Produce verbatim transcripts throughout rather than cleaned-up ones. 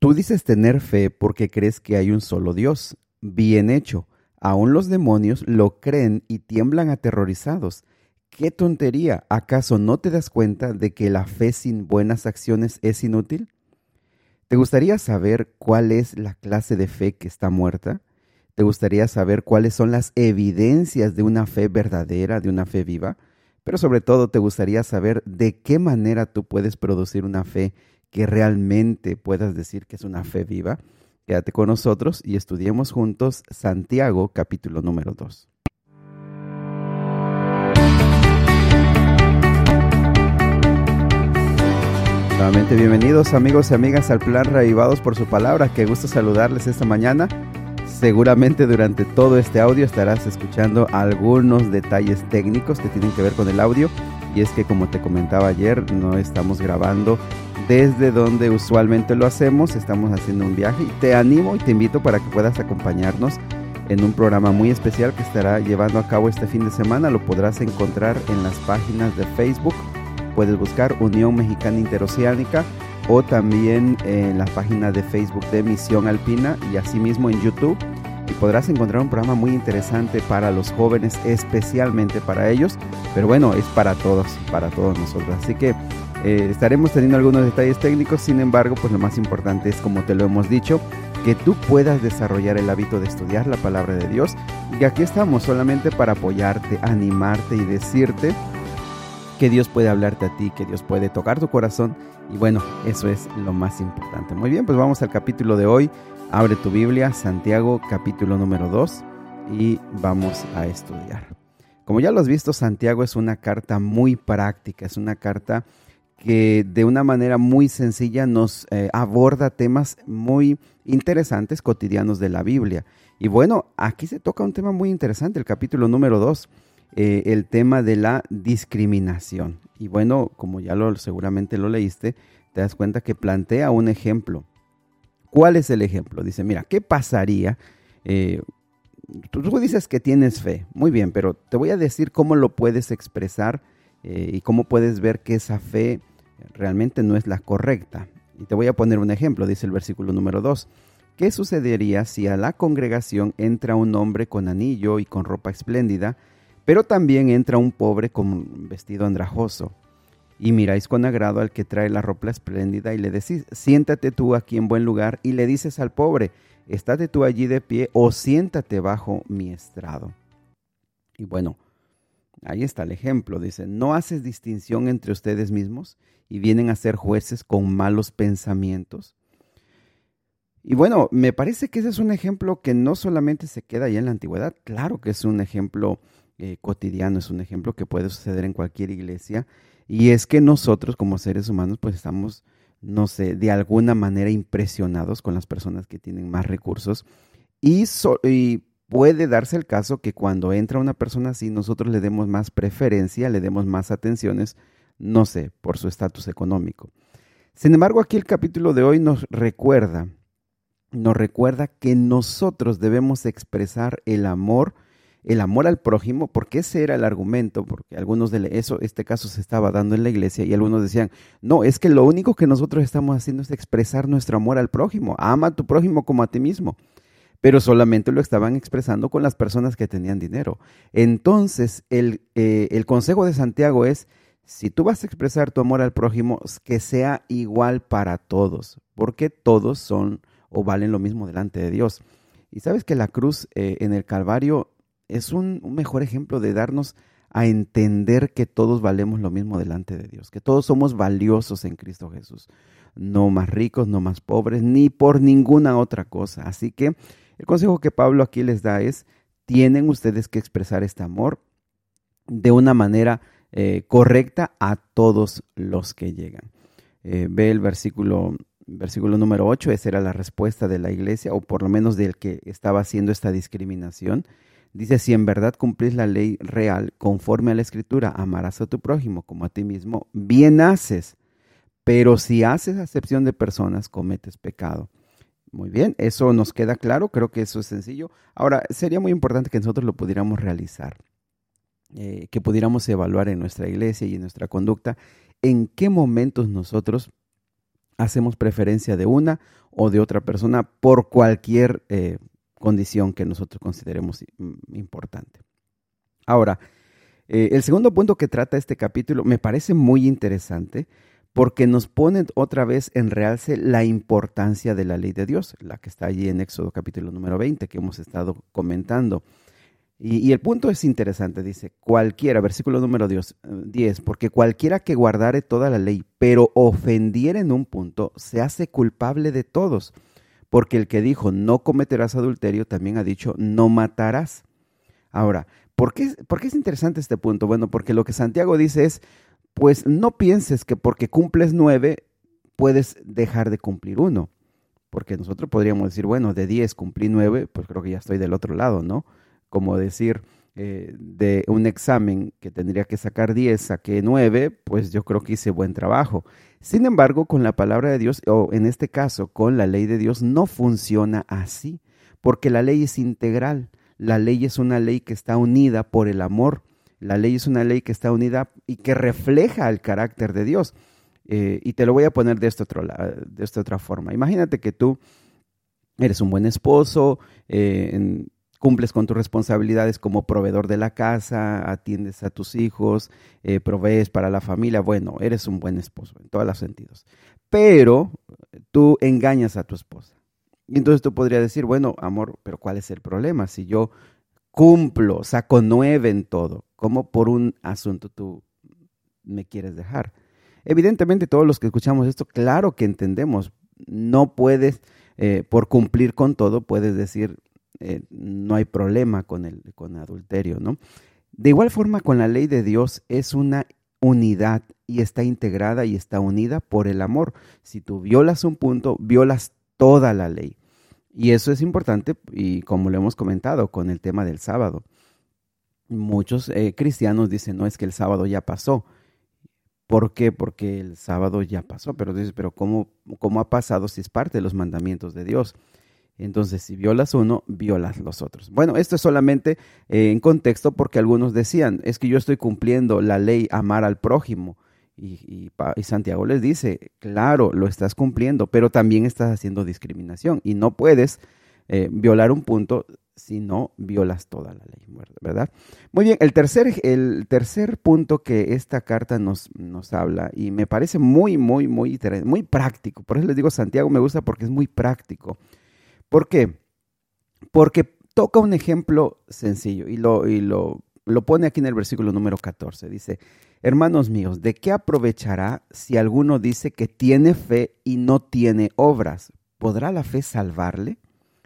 Tú dices tener fe porque crees que hay un solo Dios. Bien hecho. Aún los demonios lo creen y tiemblan aterrorizados. ¡Qué tontería! ¿Acaso no te das cuenta de que la fe sin buenas acciones es inútil? ¿Te gustaría saber cuál es la clase de fe que está muerta? ¿Te gustaría saber cuáles son las evidencias de una fe verdadera, de una fe viva? Pero sobre todo te gustaría saber de qué manera tú puedes producir una fe que realmente puedas decir que es una fe viva. Quédate con nosotros y estudiemos juntos Santiago capítulo número dos. Nuevamente bienvenidos amigos y amigas al Plan Reavivados por su palabra. Qué gusto saludarles esta mañana. Seguramente durante todo este audio estarás escuchando algunos detalles técnicos que tienen que ver con el audio. Y es que, como te comentaba ayer, no estamos grabando desde donde usualmente lo hacemos. Estamos haciendo un viaje y te animo y te invito para que puedas acompañarnos en un programa muy especial que estará llevando a cabo este fin de semana. Lo podrás encontrar en las páginas de Facebook. Puedes buscar Unión Mexicana Interoceánica o también en la página de Facebook de Misión Alpina y asimismo en YouTube. Y podrás encontrar un programa muy interesante para los jóvenes, especialmente para ellos. Pero bueno, es para todos, para todos nosotros. Así que eh, estaremos teniendo algunos detalles técnicos. Sin embargo, pues lo más importante es, como te lo hemos dicho, que tú puedas desarrollar el hábito de estudiar la palabra de Dios. Y aquí estamos solamente para apoyarte, animarte y decirte que Dios puede hablarte a ti, que Dios puede tocar tu corazón. Y bueno, eso es lo más importante. Muy bien, pues vamos al capítulo de hoy. Abre tu Biblia, Santiago capítulo número dos, y vamos a estudiar. Como ya lo has visto, Santiago es una carta muy práctica, es una carta que de una manera muy sencilla nos eh, aborda temas muy interesantes, cotidianos de la Biblia. Y bueno, aquí se toca un tema muy interesante, el capítulo número dos, eh, el tema de la discriminación. Y bueno, como ya lo seguramente lo leíste, te das cuenta que plantea un ejemplo. ¿Cuál es el ejemplo? Dice, mira, ¿qué pasaría? Eh, tú, tú dices que tienes fe, muy bien, pero te voy a decir cómo lo puedes expresar eh, y cómo puedes ver que esa fe realmente no es la correcta. Y te voy a poner un ejemplo, dice el versículo número dos. ¿Qué sucedería si a la congregación entra un hombre con anillo y con ropa espléndida, pero también entra un pobre con un vestido andrajoso? Y miráis con agrado al que trae la ropa espléndida y le decís, siéntate tú aquí en buen lugar, y le dices al pobre, estate tú allí de pie o siéntate bajo mi estrado. Y bueno, ahí está el ejemplo, dice, ¿no haces distinción entre ustedes mismos y vienen a ser jueces con malos pensamientos? Y bueno, me parece que ese es un ejemplo que no solamente se queda allá en la antigüedad, claro que es un ejemplo eh, cotidiano, es un ejemplo que puede suceder en cualquier iglesia. Y es que nosotros como seres humanos pues estamos, no sé, de alguna manera impresionados con las personas que tienen más recursos y, so, y puede darse el caso que cuando entra una persona así nosotros le demos más preferencia, le demos más atenciones, no sé, por su estatus económico. Sin embargo, aquí el capítulo de hoy nos recuerda, nos recuerda que nosotros debemos expresar el amor El amor al prójimo, porque ese era el argumento, porque algunos de eso, este caso se estaba dando en la iglesia y algunos decían, no, es que lo único que nosotros estamos haciendo es expresar nuestro amor al prójimo, ama a tu prójimo como a ti mismo, pero solamente lo estaban expresando con las personas que tenían dinero. Entonces, el, eh, el consejo de Santiago es, si tú vas a expresar tu amor al prójimo, que sea igual para todos, porque todos son o valen lo mismo delante de Dios. Y sabes que la cruz eh, en el Calvario es un, un mejor ejemplo de darnos a entender que todos valemos lo mismo delante de Dios, que todos somos valiosos en Cristo Jesús, no más ricos, no más pobres, ni por ninguna otra cosa. Así que el consejo que Pablo aquí les da es, tienen ustedes que expresar este amor de una manera eh, correcta a todos los que llegan. Eh, ve el versículo, versículo número ocho, esa era la respuesta de la iglesia, o por lo menos del que estaba haciendo esta discriminación. Dice, si en verdad cumplís la ley real conforme a la Escritura, amarás a tu prójimo como a ti mismo, bien haces. Pero si haces acepción de personas, cometes pecado. Muy bien, eso nos queda claro, creo que eso es sencillo. Ahora, sería muy importante que nosotros lo pudiéramos realizar, eh, que pudiéramos evaluar en nuestra iglesia y en nuestra conducta, en qué momentos nosotros hacemos preferencia de una o de otra persona por cualquier eh, condición que nosotros consideremos importante. Ahora, eh, el segundo punto que trata este capítulo me parece muy interesante porque nos pone otra vez en realce la importancia de la ley de Dios, la que está allí en Éxodo capítulo número veinte que hemos estado comentando. Y, y el punto es interesante, dice, cualquiera, versículo número diez, porque cualquiera que guardare toda la ley, pero ofendiere en un punto, se hace culpable de todos. Porque el que dijo, no cometerás adulterio, también ha dicho, no matarás. Ahora, ¿por qué, ¿por qué es interesante este punto? Bueno, porque lo que Santiago dice es, pues no pienses que porque cumples nueve, puedes dejar de cumplir uno. Porque nosotros podríamos decir, bueno, de diez cumplí nueve, pues creo que ya estoy del otro lado, ¿no? Como decir, eh, de un examen que tendría que sacar diez, saqué nueve, pues yo creo que hice buen trabajo. Sin embargo, con la palabra de Dios, o en este caso, con la ley de Dios, no funciona así, porque la ley es integral. La ley es una ley que está unida por el amor. La ley es una ley que está unida y que refleja el carácter de Dios. Eh, y te lo voy a poner de esta, otro, de esta otra forma. Imagínate que tú eres un buen esposo, eh, en, cumples con tus responsabilidades como proveedor de la casa, atiendes a tus hijos, eh, provees para la familia. Bueno, eres un buen esposo en todos los sentidos. Pero tú engañas a tu esposa. Y entonces tú podrías decir, bueno, amor, pero ¿cuál es el problema? Si yo cumplo, saco nueve en todo, ¿cómo por un asunto tú me quieres dejar? Evidentemente todos los que escuchamos esto, claro que entendemos. No puedes, eh, por cumplir con todo, puedes decir, Eh, no hay problema con el con adulterio, ¿no? De igual forma, con la ley de Dios es una unidad y está integrada y está unida por el amor. Si tú violas un punto, violas toda la ley. Y eso es importante, y como lo hemos comentado con el tema del sábado. Muchos eh, cristianos dicen, no, es que el sábado ya pasó. ¿Por qué? Porque el sábado ya pasó. Pero dices, pero ¿cómo, cómo ha pasado si es parte de los mandamientos de Dios? Entonces, si violas uno, violas los otros. Bueno, esto es solamente eh, en contexto porque algunos decían, es que yo estoy cumpliendo la ley amar al prójimo. Y, y, y Santiago les dice, claro, lo estás cumpliendo, pero también estás haciendo discriminación. Y no puedes eh, violar un punto si no violas toda la ley, ¿verdad? Muy bien, el tercer, el tercer punto que esta carta nos, nos habla, y me parece muy, muy, muy, muy práctico. Por eso les digo, Santiago me gusta porque es muy práctico. ¿Por qué? Porque toca un ejemplo sencillo y, lo, y lo, lo pone aquí en el versículo número catorce. Dice, hermanos míos, ¿de qué aprovechará si alguno dice que tiene fe y no tiene obras? ¿Podrá la fe salvarle?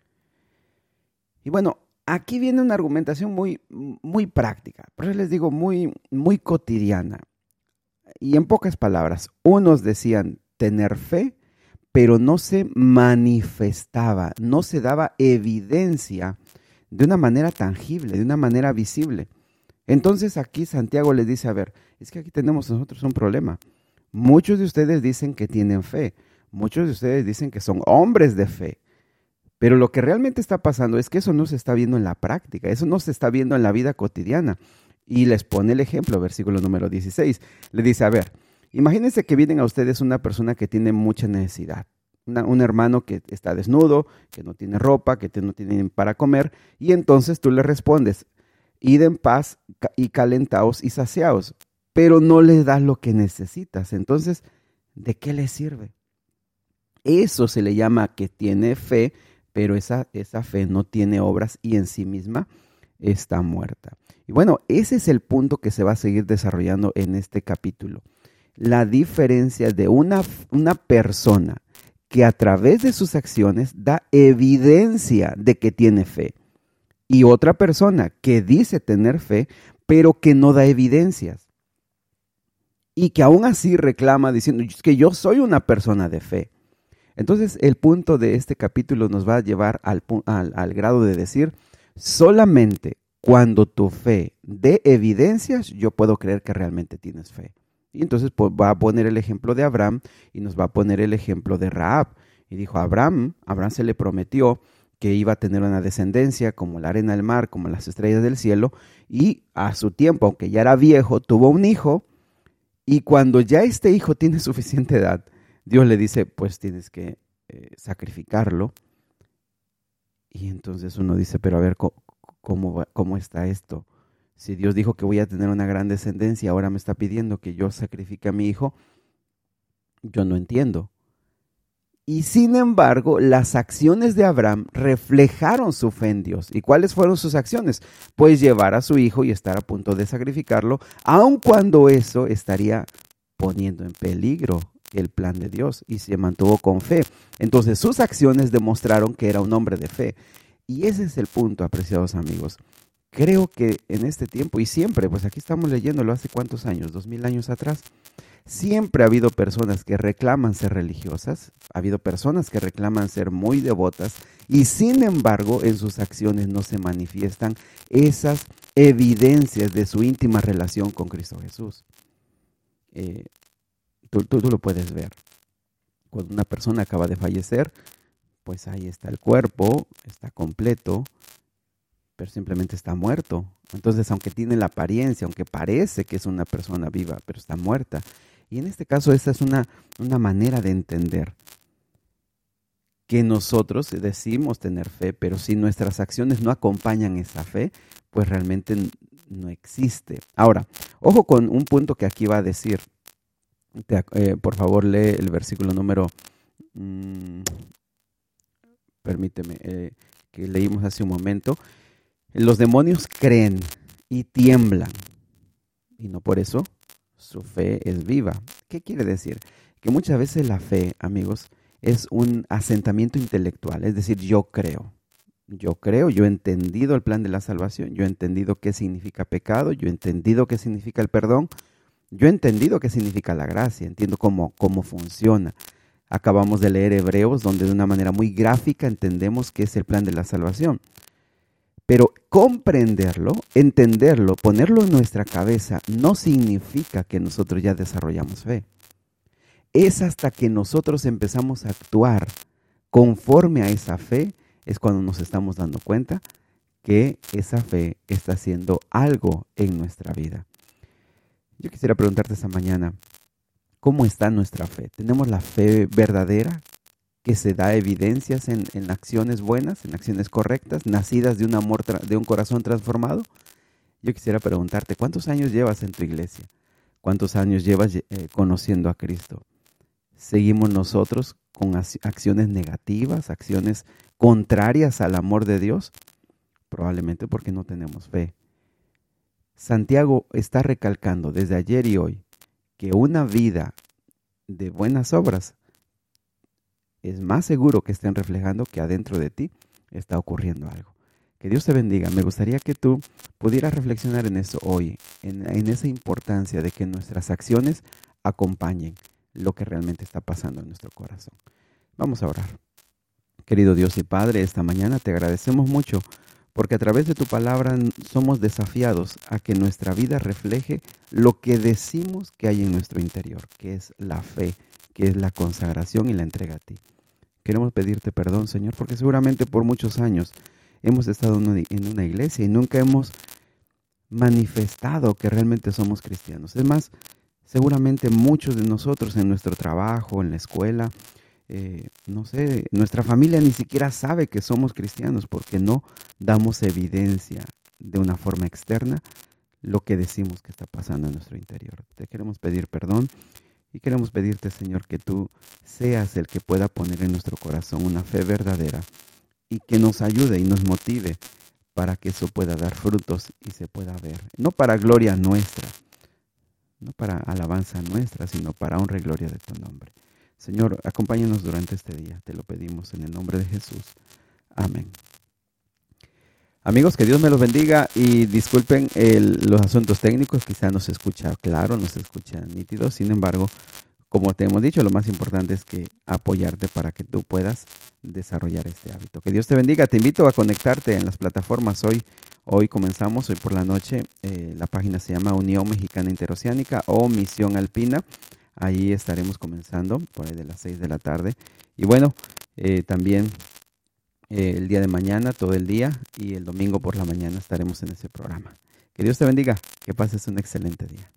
Y bueno, aquí viene una argumentación muy, muy práctica, por eso les digo muy, muy cotidiana. Y en pocas palabras, unos decían tener fe, pero no se manifestaba, no se daba evidencia de una manera tangible, de una manera visible. Entonces aquí Santiago les dice, a ver, es que aquí tenemos nosotros un problema. Muchos de ustedes dicen que tienen fe, muchos de ustedes dicen que son hombres de fe, pero lo que realmente está pasando es que eso no se está viendo en la práctica, eso no se está viendo en la vida cotidiana. Y les pone el ejemplo, versículo número dieciséis, le dice, a ver, imagínense que vienen a ustedes una persona que tiene mucha necesidad, una, un hermano que está desnudo, que no tiene ropa, que no tiene para comer, y entonces tú le respondes, id en paz y calentaos y saciaos, pero no le das lo que necesitas. Entonces, ¿de qué le sirve? Eso se le llama que tiene fe, pero esa, esa fe no tiene obras y en sí misma está muerta. Y bueno, ese es el punto que se va a seguir desarrollando en este capítulo. La diferencia de una, una persona que a través de sus acciones da evidencia de que tiene fe y otra persona que dice tener fe, pero que no da evidencias y que aún así reclama diciendo que yo soy una persona de fe. Entonces el punto de este capítulo nos va a llevar al, al, al grado de decir, solamente cuando tu fe dé evidencias, yo puedo creer que realmente tienes fe. Y entonces pues, va a poner el ejemplo de Abraham y nos va a poner el ejemplo de Rahab. Y dijo, Abraham, Abraham se le prometió que iba a tener una descendencia como la arena del mar, como las estrellas del cielo. Y a su tiempo, aunque ya era viejo, tuvo un hijo. Y cuando ya este hijo tiene suficiente edad, Dios le dice, pues tienes que eh, sacrificarlo. Y entonces uno dice, pero a ver, ¿cómo, cómo, va, ¿cómo está esto? Si Dios dijo que voy a tener una gran descendencia, ahora me está pidiendo que yo sacrifique a mi hijo, yo no entiendo. Y sin embargo, las acciones de Abraham reflejaron su fe en Dios. ¿Y cuáles fueron sus acciones? Pues llevar a su hijo y estar a punto de sacrificarlo, aun cuando eso estaría poniendo en peligro el plan de Dios, y se mantuvo con fe. Entonces sus acciones demostraron que era un hombre de fe. Y ese es el punto, apreciados amigos. Creo que en este tiempo y siempre, pues aquí estamos leyéndolo hace cuántos años, dos mil años atrás, siempre ha habido personas que reclaman ser religiosas, ha habido personas que reclaman ser muy devotas y sin embargo en sus acciones no se manifiestan esas evidencias de su íntima relación con Cristo Jesús. Eh, tú, tú, tú lo puedes ver. Cuando una persona acaba de fallecer, pues ahí está el cuerpo, está completo, pero simplemente está muerto. Entonces, aunque tiene la apariencia, aunque parece que es una persona viva, pero está muerta. Y en este caso, esa es una, una manera de entender que nosotros decimos tener fe, pero si nuestras acciones no acompañan esa fe, pues realmente no existe. Ahora, ojo con un punto que aquí va a decir. Te, eh, por favor, lee el versículo número, mmm, permíteme, eh, que leímos hace un momento. Los demonios creen y tiemblan, y no por eso su fe es viva. ¿Qué quiere decir? Que muchas veces la fe, amigos, es un asentamiento intelectual, es decir, yo creo. Yo creo, yo he entendido el plan de la salvación, yo he entendido qué significa pecado, yo he entendido qué significa el perdón, yo he entendido qué significa la gracia, entiendo cómo, cómo funciona. Acabamos de leer Hebreos, donde de una manera muy gráfica entendemos qué es el plan de la salvación. Pero comprenderlo, entenderlo, ponerlo en nuestra cabeza, no significa que nosotros ya desarrollamos fe. Es hasta que nosotros empezamos a actuar conforme a esa fe, es cuando nos estamos dando cuenta que esa fe está haciendo algo en nuestra vida. Yo quisiera preguntarte esta mañana, ¿cómo está nuestra fe? ¿Tenemos la fe verdadera que se da evidencias en, en acciones buenas, en acciones correctas, nacidas de un amor, de un corazón transformado? Yo quisiera preguntarte, ¿cuántos años llevas en tu iglesia? ¿Cuántos años llevas eh, conociendo a Cristo? ¿Seguimos nosotros con acciones negativas, acciones contrarias al amor de Dios? Probablemente porque no tenemos fe. Santiago está recalcando desde ayer y hoy que una vida de buenas obras es más seguro que estén reflejando que adentro de ti está ocurriendo algo. Que Dios te bendiga. Me gustaría que tú pudieras reflexionar en eso hoy, en, en esa importancia de que nuestras acciones acompañen lo que realmente está pasando en nuestro corazón. Vamos a orar. Querido Dios y Padre, esta mañana te agradecemos mucho porque a través de tu palabra somos desafiados a que nuestra vida refleje lo que decimos que hay en nuestro interior, que es la fe, que es la consagración y la entrega a ti. Queremos pedirte perdón, Señor, porque seguramente por muchos años hemos estado en una iglesia y nunca hemos manifestado que realmente somos cristianos. Es más, seguramente muchos de nosotros en nuestro trabajo, en la escuela, eh, no sé, nuestra familia ni siquiera sabe que somos cristianos porque no damos evidencia de una forma externa lo que decimos que está pasando en nuestro interior. Te queremos pedir perdón y queremos pedirte, Señor, que tú seas el que pueda poner en nuestro corazón una fe verdadera y que nos ayude y nos motive para que eso pueda dar frutos y se pueda ver. No para gloria nuestra, no para alabanza nuestra, sino para honra y gloria de tu nombre. Señor, acompáñanos durante este día, te lo pedimos en el nombre de Jesús. Amén. Amigos, que Dios me los bendiga y disculpen el, los asuntos técnicos, quizá no se escucha claro, no se escucha nítido, sin embargo, como te hemos dicho, lo más importante es que apoyarte para que tú puedas desarrollar este hábito. Que Dios te bendiga, te invito a conectarte en las plataformas hoy. Hoy comenzamos, hoy por la noche, eh, la página se llama Unión Mexicana Interoceánica o Misión Alpina. Ahí estaremos comenzando por ahí de las seis de la tarde. Y bueno, eh, también eh, el día de mañana, todo el día, y el domingo por la mañana estaremos en ese programa. Que Dios te bendiga, que pases un excelente día.